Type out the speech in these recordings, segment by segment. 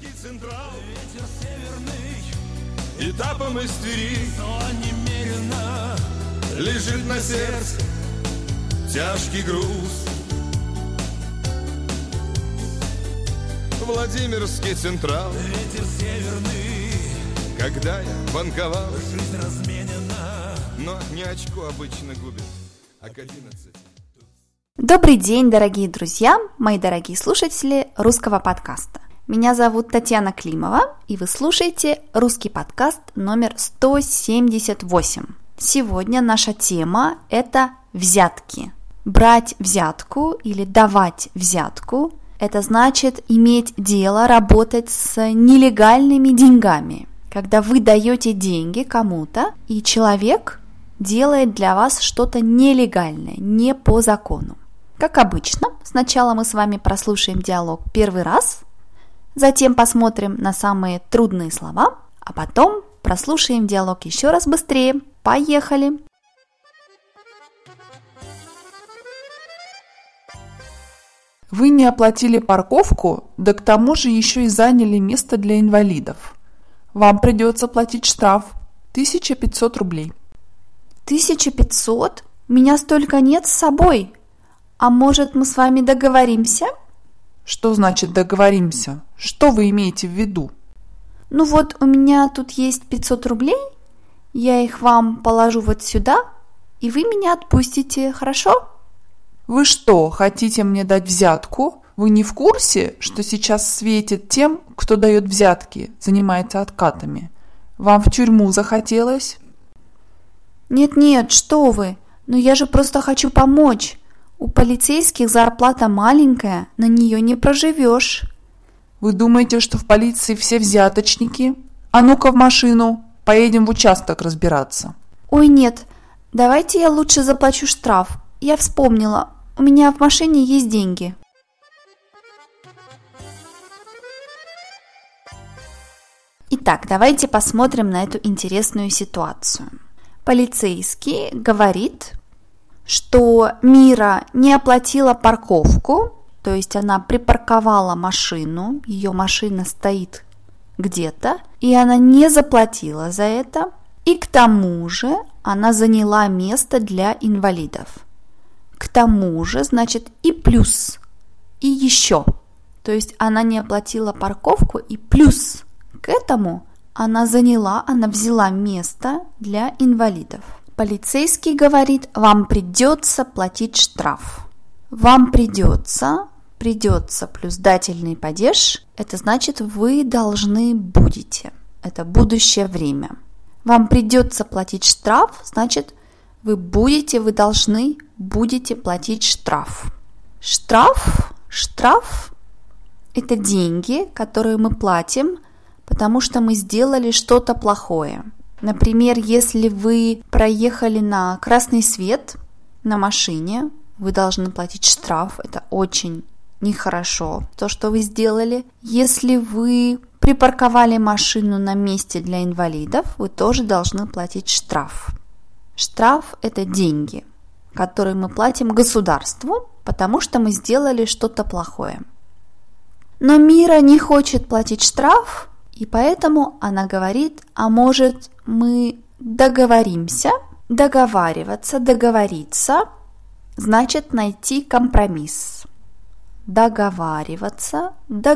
Централ, ветер северный, этапом из Твери, но немерено лежит на сердце тяжкий груз. Владимирский Централ, ветер северный, когда я банковал, жизнь разменена, но не очко обычно губит, а к 11. Добрый день, дорогие друзья, мои дорогие слушатели русского подкаста. Меня зовут Татьяна Климова, и вы слушаете русский подкаст номер 178. Сегодня наша тема – это взятки. Брать взятку или давать взятку – это значит иметь дело, работать с нелегальными деньгами. Когда вы даете деньги кому-то, и человек делает для вас что-то нелегальное, не по закону. Как обычно, сначала мы с вами прослушаем диалог первый раз, затем посмотрим на самые трудные слова, а потом прослушаем диалог еще раз быстрее. Поехали! Вы не оплатили парковку, да к тому же еще и заняли место для инвалидов. Вам придется платить штраф 1500 рублей. 1500? У меня столько нет с собой. А может, мы с вами договоримся? Что значит договоримся? Что вы имеете в виду? Ну вот, у меня тут есть 500 рублей, я их вам положу вот сюда, и вы меня отпустите, хорошо? Вы что, хотите мне дать взятку? Вы не в курсе, что сейчас светит тем, кто дает взятки, занимается откатами? Вам в тюрьму захотелось? Нет, что вы, но я же просто хочу помочь. У полицейских зарплата маленькая, на нее не проживешь. Вы думаете, что в полиции все взяточники? А ну-ка в машину, поедем в участок разбираться. Ой, нет, давайте я лучше заплачу штраф. Я вспомнила, у меня в машине есть деньги. Итак, давайте посмотрим на эту интересную ситуацию. Полицейский говорит, что Мира не оплатила парковку, то есть она припарковала машину, ее машина стоит где-то, и она не заплатила за это, и к тому же она заняла место для инвалидов. К тому же, значит, и плюс, и еще, то есть она не оплатила парковку, и плюс к этому она взяла место для инвалидов. Полицейский говорит, вам придется платить штраф. Вам придется плюс дательный падеж, это значит, вы должны будете. Это будущее время. Вам придется платить штраф, значит, вы должны будете платить штраф. Штраф – это деньги, которые мы платим, потому что мы сделали что-то плохое. Например, если вы проехали на красный свет на машине, вы должны платить штраф. Это очень нехорошо, то, что вы сделали. Если вы припарковали машину на месте для инвалидов, вы тоже должны платить штраф. Штраф – это деньги, которые мы платим государству, потому что мы сделали что-то плохое. Но Мира не хочет платить штраф, и поэтому она говорит, а может мы договоримся? Договориться, значит найти компромисс. Договориться,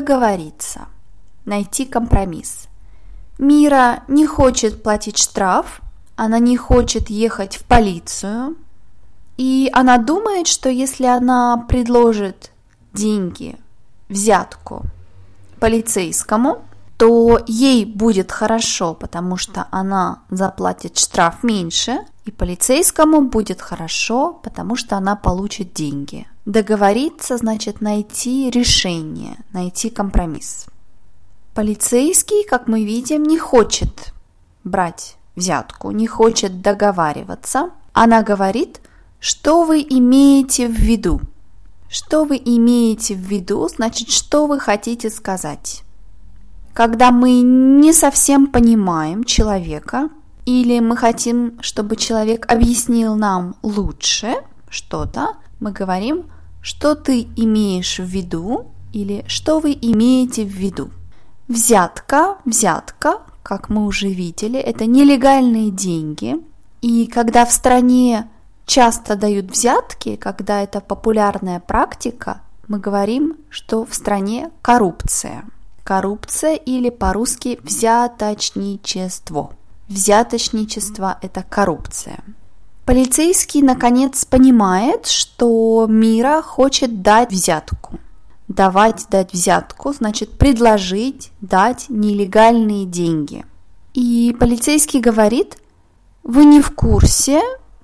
найти компромисс. Мира не хочет платить штраф, она не хочет ехать в полицию, и она думает, что если она предложит деньги, взятку полицейскому, то ей будет хорошо, потому что она заплатит штраф меньше, и полицейскому будет хорошо, потому что она получит деньги. Договориться значит найти решение, найти компромисс. Полицейский, как мы видим, не хочет брать взятку, не хочет договариваться. Она говорит, что вы имеете в виду. Что вы имеете в виду, значит, что вы хотите сказать. Когда мы не совсем понимаем человека, или мы хотим, чтобы человек объяснил нам лучше что-то, мы говорим, что ты имеешь в виду, или что вы имеете в виду. Взятка, как мы уже видели, это нелегальные деньги. И когда в стране часто дают взятки, когда это популярная практика, мы говорим, что в стране коррупция. Коррупция или по-русски взяточничество. Взяточничество – это коррупция. Полицейский, наконец, понимает, что Мира хочет дать взятку. Дать взятку значит предложить дать нелегальные деньги. И полицейский говорит: вы не в курсе,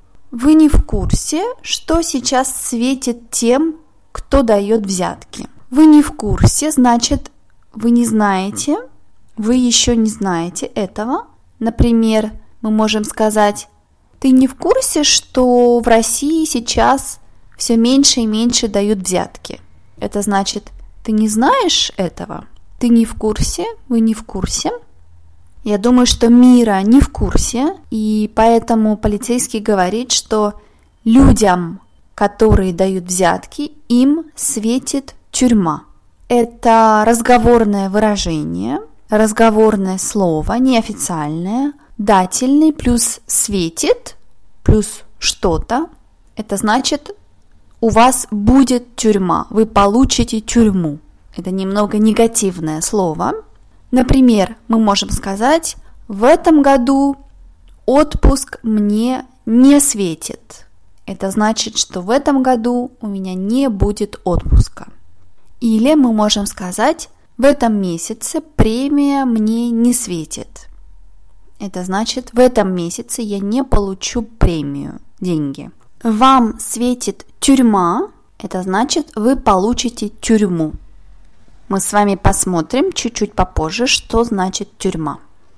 что сейчас светит тем, кто дает взятки. Вы не в курсе, значит, вы не знаете, вы еще не знаете этого. Например, мы можем сказать: ты не в курсе, что в России сейчас все меньше и меньше дают взятки. Это значит, ты не знаешь этого, ты не в курсе, вы не в курсе. Я думаю, что Мира не в курсе, и поэтому полицейский говорит, что людям, которые дают взятки, им светит тюрьма. Это разговорное выражение, разговорное слово, неофициальное, дательный плюс светит, плюс что-то. Это значит, у вас будет тюрьма, вы получите тюрьму. Это немного негативное слово. Например, мы можем сказать: в этом году отпуск мне не светит. Это значит, что в этом году у меня не будет отпуска. Или мы можем сказать: в этом месяце премия мне не светит. Это значит, в этом месяце я не получу премию, деньги. Вам светит тюрьма, это значит, вы получите тюрьму. Мы с вами посмотрим чуть-чуть попозже, что значит тюрьма.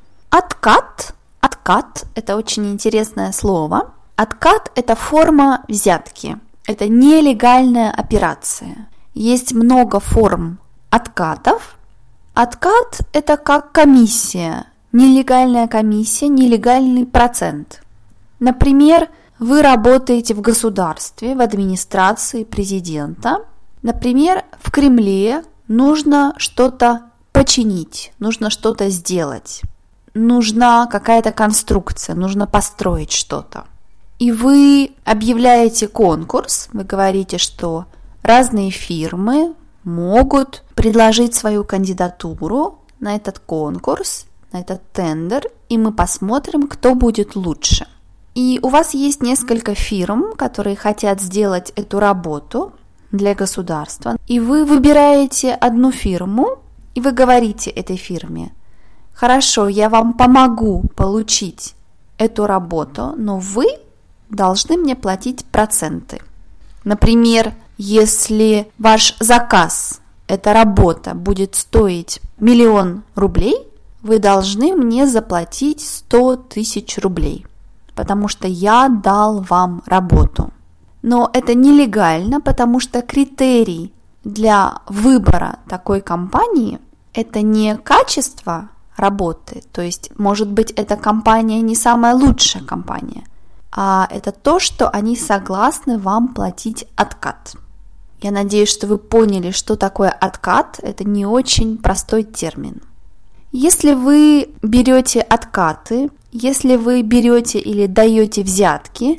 Откат – это очень интересное слово. Откат – это форма взятки. Это нелегальная операция. Есть много форм откатов. Откат – это как комиссия. Нелегальная комиссия, нелегальный процент. Например, вы работаете в государстве, в администрации президента. Например, в Кремле нужно что-то починить, нужно что-то сделать. Нужна какая-то конструкция, нужно построить что-то. И вы объявляете конкурс, вы говорите, что разные фирмы могут предложить свою кандидатуру на этот конкурс, на этот тендер, и мы посмотрим, кто будет лучше. И у вас есть несколько фирм, которые хотят сделать эту работу для государства, и вы выбираете одну фирму, и вы говорите этой фирме: хорошо, я вам помогу получить эту работу, но вы должны мне платить проценты. Например, если ваш заказ, эта работа будет стоить 1 000 000 рублей, вы должны мне заплатить 100 000 рублей, потому что я дал вам работу. Но это нелегально, потому что критерий для выбора такой компании – это не качество работы, то есть, может быть, эта компания не самая лучшая компания, а это то, что они согласны вам платить откат. Я надеюсь, что вы поняли, что такое откат. Это не очень простой термин. Если вы берете откаты, если вы берете или даете взятки,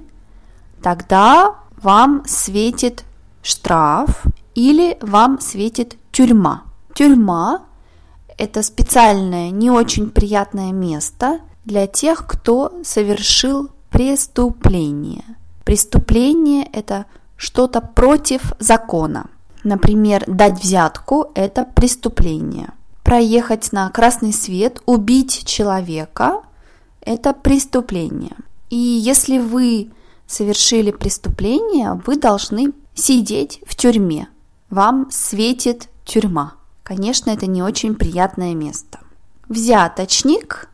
тогда вам светит штраф или вам светит тюрьма. Тюрьма – это специальное, не очень приятное место для тех, кто совершил преступление. Преступление – это что-то против закона. Например, дать взятку – это преступление. Проехать на красный свет, убить человека – это преступление. И если вы совершили преступление, вы должны сидеть в тюрьме. Вам светит тюрьма. Конечно, это не очень приятное место. Взяточник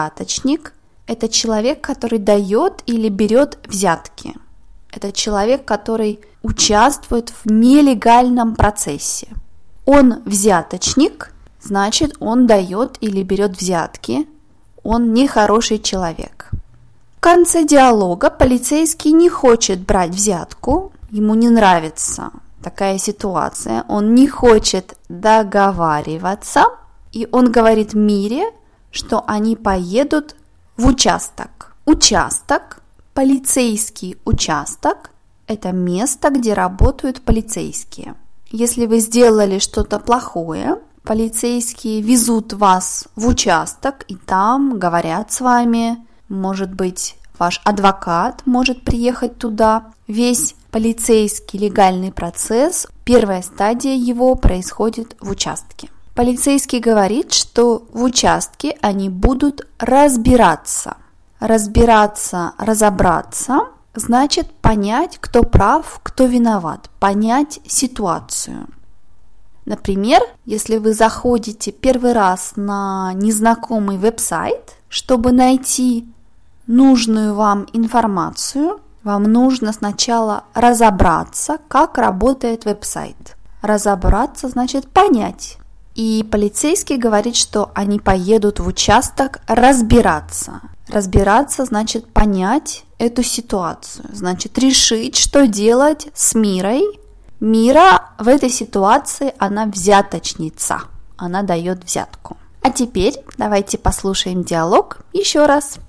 – это человек, который дает или берет взятки. Это человек, который участвует в нелегальном процессе. Он взяточник, значит, он дает или берет взятки. Он нехороший человек. В конце диалога полицейский не хочет брать взятку, ему не нравится такая ситуация, он не хочет договариваться, И он говорит Мире, что они поедут в участок. Участок, полицейский участок – это место, где работают полицейские. Если вы сделали что-то плохое, полицейские везут вас в участок и там говорят с вами. Может быть, ваш адвокат может приехать туда. Весь полицейский легальный процесс, первая стадия его происходит в участке. Полицейский говорит, что в участке они будут разбираться. Разобраться значит понять, кто прав, кто виноват, понять ситуацию. Например, если вы заходите первый раз на незнакомый веб-сайт, чтобы найти нужную вам информацию, вам нужно сначала разобраться, как работает веб-сайт. Разобраться значит понять. И полицейский говорит, что они поедут в участок разбираться. Разбираться значит понять эту ситуацию, значит решить, что делать с Мирой. Мира в этой ситуации, она взяточница, она дает взятку. А теперь давайте послушаем диалог еще раз.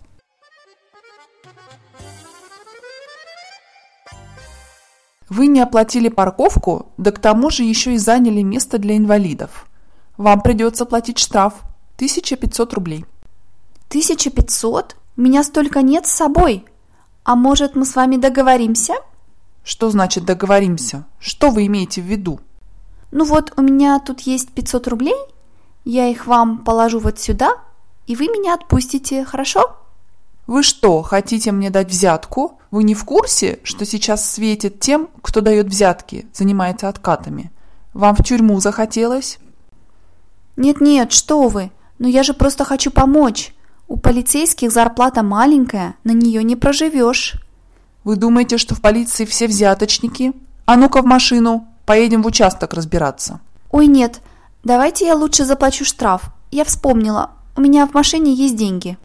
Вы не оплатили парковку, да к тому же еще и заняли место для инвалидов. Вам придется платить штраф 1500 рублей. 1500? У меня столько нет с собой. А может, мы с вами договоримся? Что значит договоримся? Что вы имеете в виду? Ну вот, у меня тут есть 500 рублей, я их вам положу вот сюда, и вы меня отпустите, хорошо? Вы что, хотите мне дать взятку? Вы не в курсе, что сейчас светит тем, кто дает взятки, занимается откатами? Вам в тюрьму захотелось? Нет, что вы, но я же просто хочу помочь. У полицейских зарплата маленькая, на нее не проживешь. Вы думаете, что в полиции все взяточники? А ну-ка в машину, поедем в участок разбираться. Ой, нет, давайте я лучше заплачу штраф. Я вспомнила, у меня в машине есть деньги.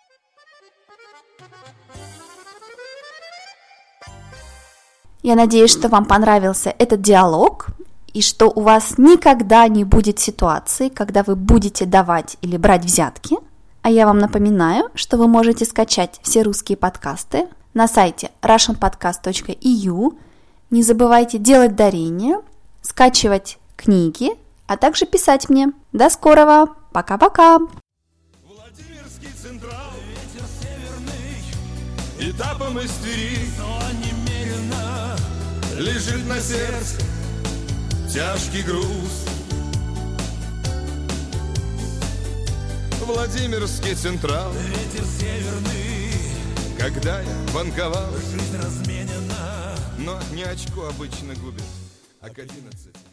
Я надеюсь, что вам понравился этот диалог и что у вас никогда не будет ситуации, когда вы будете давать или брать взятки. А я вам напоминаю, что вы можете скачать все русские подкасты на сайте russianpodcast.eu. Не забывайте делать дарения, скачивать книги, а также писать мне. До скорого! Пока-пока! Владимирский Централ, ветер северный, этапом из Твери, но немерено лежит на сердце тяжкий груз. Владимирский Централ, ветер северный, когда я банковал, жизнь разменена, но не очко обычно губит, а к 11.